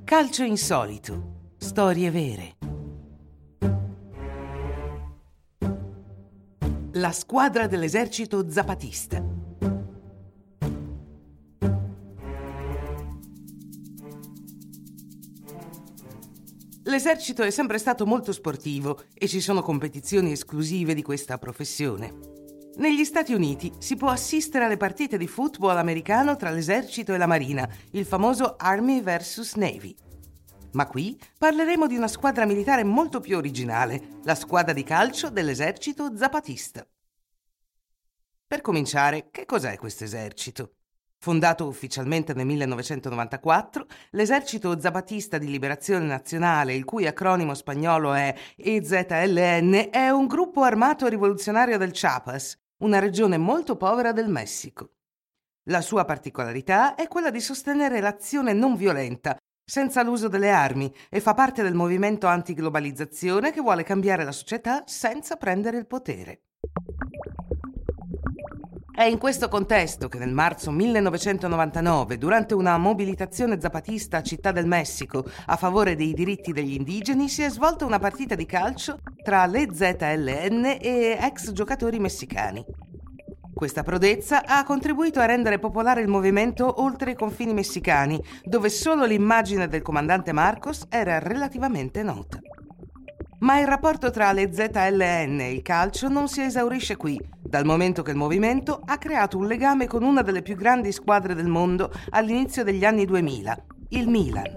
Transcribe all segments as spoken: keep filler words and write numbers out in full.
Calcio insolito. Storie vere. La squadra dell'esercito zapatista. L'esercito è sempre stato molto sportivo e ci sono competizioni esclusive di questa professione. Negli Stati Uniti si può assistere alle partite di football americano tra l'esercito e la marina, il famoso Army versus Navy. Ma qui parleremo di una squadra militare molto più originale, la squadra di calcio dell'esercito zapatista. Per cominciare, che cos'è questo esercito? Fondato ufficialmente nel millenovecentonovantaquattro, l'Esercito Zapatista di Liberazione Nazionale, il cui acronimo spagnolo è E Z L N, è un gruppo armato rivoluzionario del Chiapas, una regione molto povera del Messico. La sua particolarità è quella di sostenere l'azione non violenta, senza l'uso delle armi, e fa parte del movimento antiglobalizzazione che vuole cambiare la società senza prendere il potere. È in questo contesto che nel marzo millenovecentonovantanove, durante una mobilitazione zapatista a Città del Messico a favore dei diritti degli indigeni, si è svolta una partita di calcio tra l'E Z L N e ex giocatori messicani. Questa prodezza ha contribuito a rendere popolare il movimento oltre i confini messicani, dove solo l'immagine del comandante Marcos era relativamente nota. Ma il rapporto tra l'E Z L N e il calcio non si esaurisce qui, dal momento che il movimento ha creato un legame con una delle più grandi squadre del mondo all'inizio degli anni duemila, il Milan.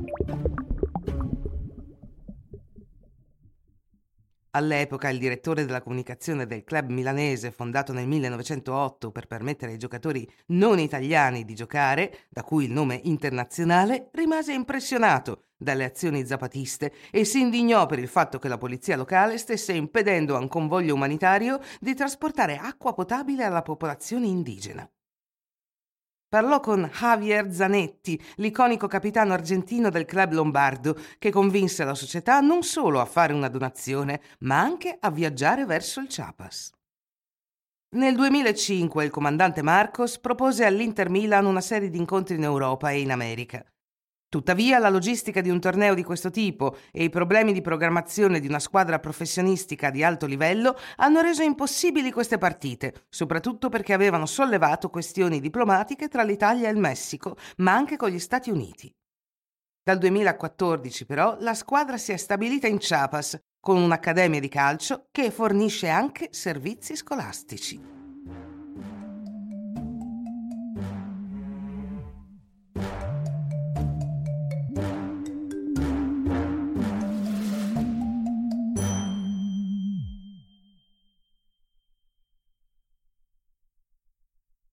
All'epoca il direttore della comunicazione del club milanese, fondato nel millenovecentootto per permettere ai giocatori non italiani di giocare, da cui il nome internazionale, rimase impressionato dalle azioni zapatiste e si indignò per il fatto che la polizia locale stesse impedendo a un convoglio umanitario di trasportare acqua potabile alla popolazione indigena. Parlò con Javier Zanetti, l'iconico capitano argentino del club lombardo, che convinse la società non solo a fare una donazione, ma anche a viaggiare verso il Chiapas. Nel duemilacinque il comandante Marcos propose all'Inter Milan una serie di incontri in Europa e in America. Tuttavia, la logistica di un torneo di questo tipo e i problemi di programmazione di una squadra professionistica di alto livello hanno reso impossibili queste partite, soprattutto perché avevano sollevato questioni diplomatiche tra l'Italia e il Messico, ma anche con gli Stati Uniti. Dal duemilaquattordici, però, la squadra si è stabilita in Chiapas, con un'accademia di calcio che fornisce anche servizi scolastici.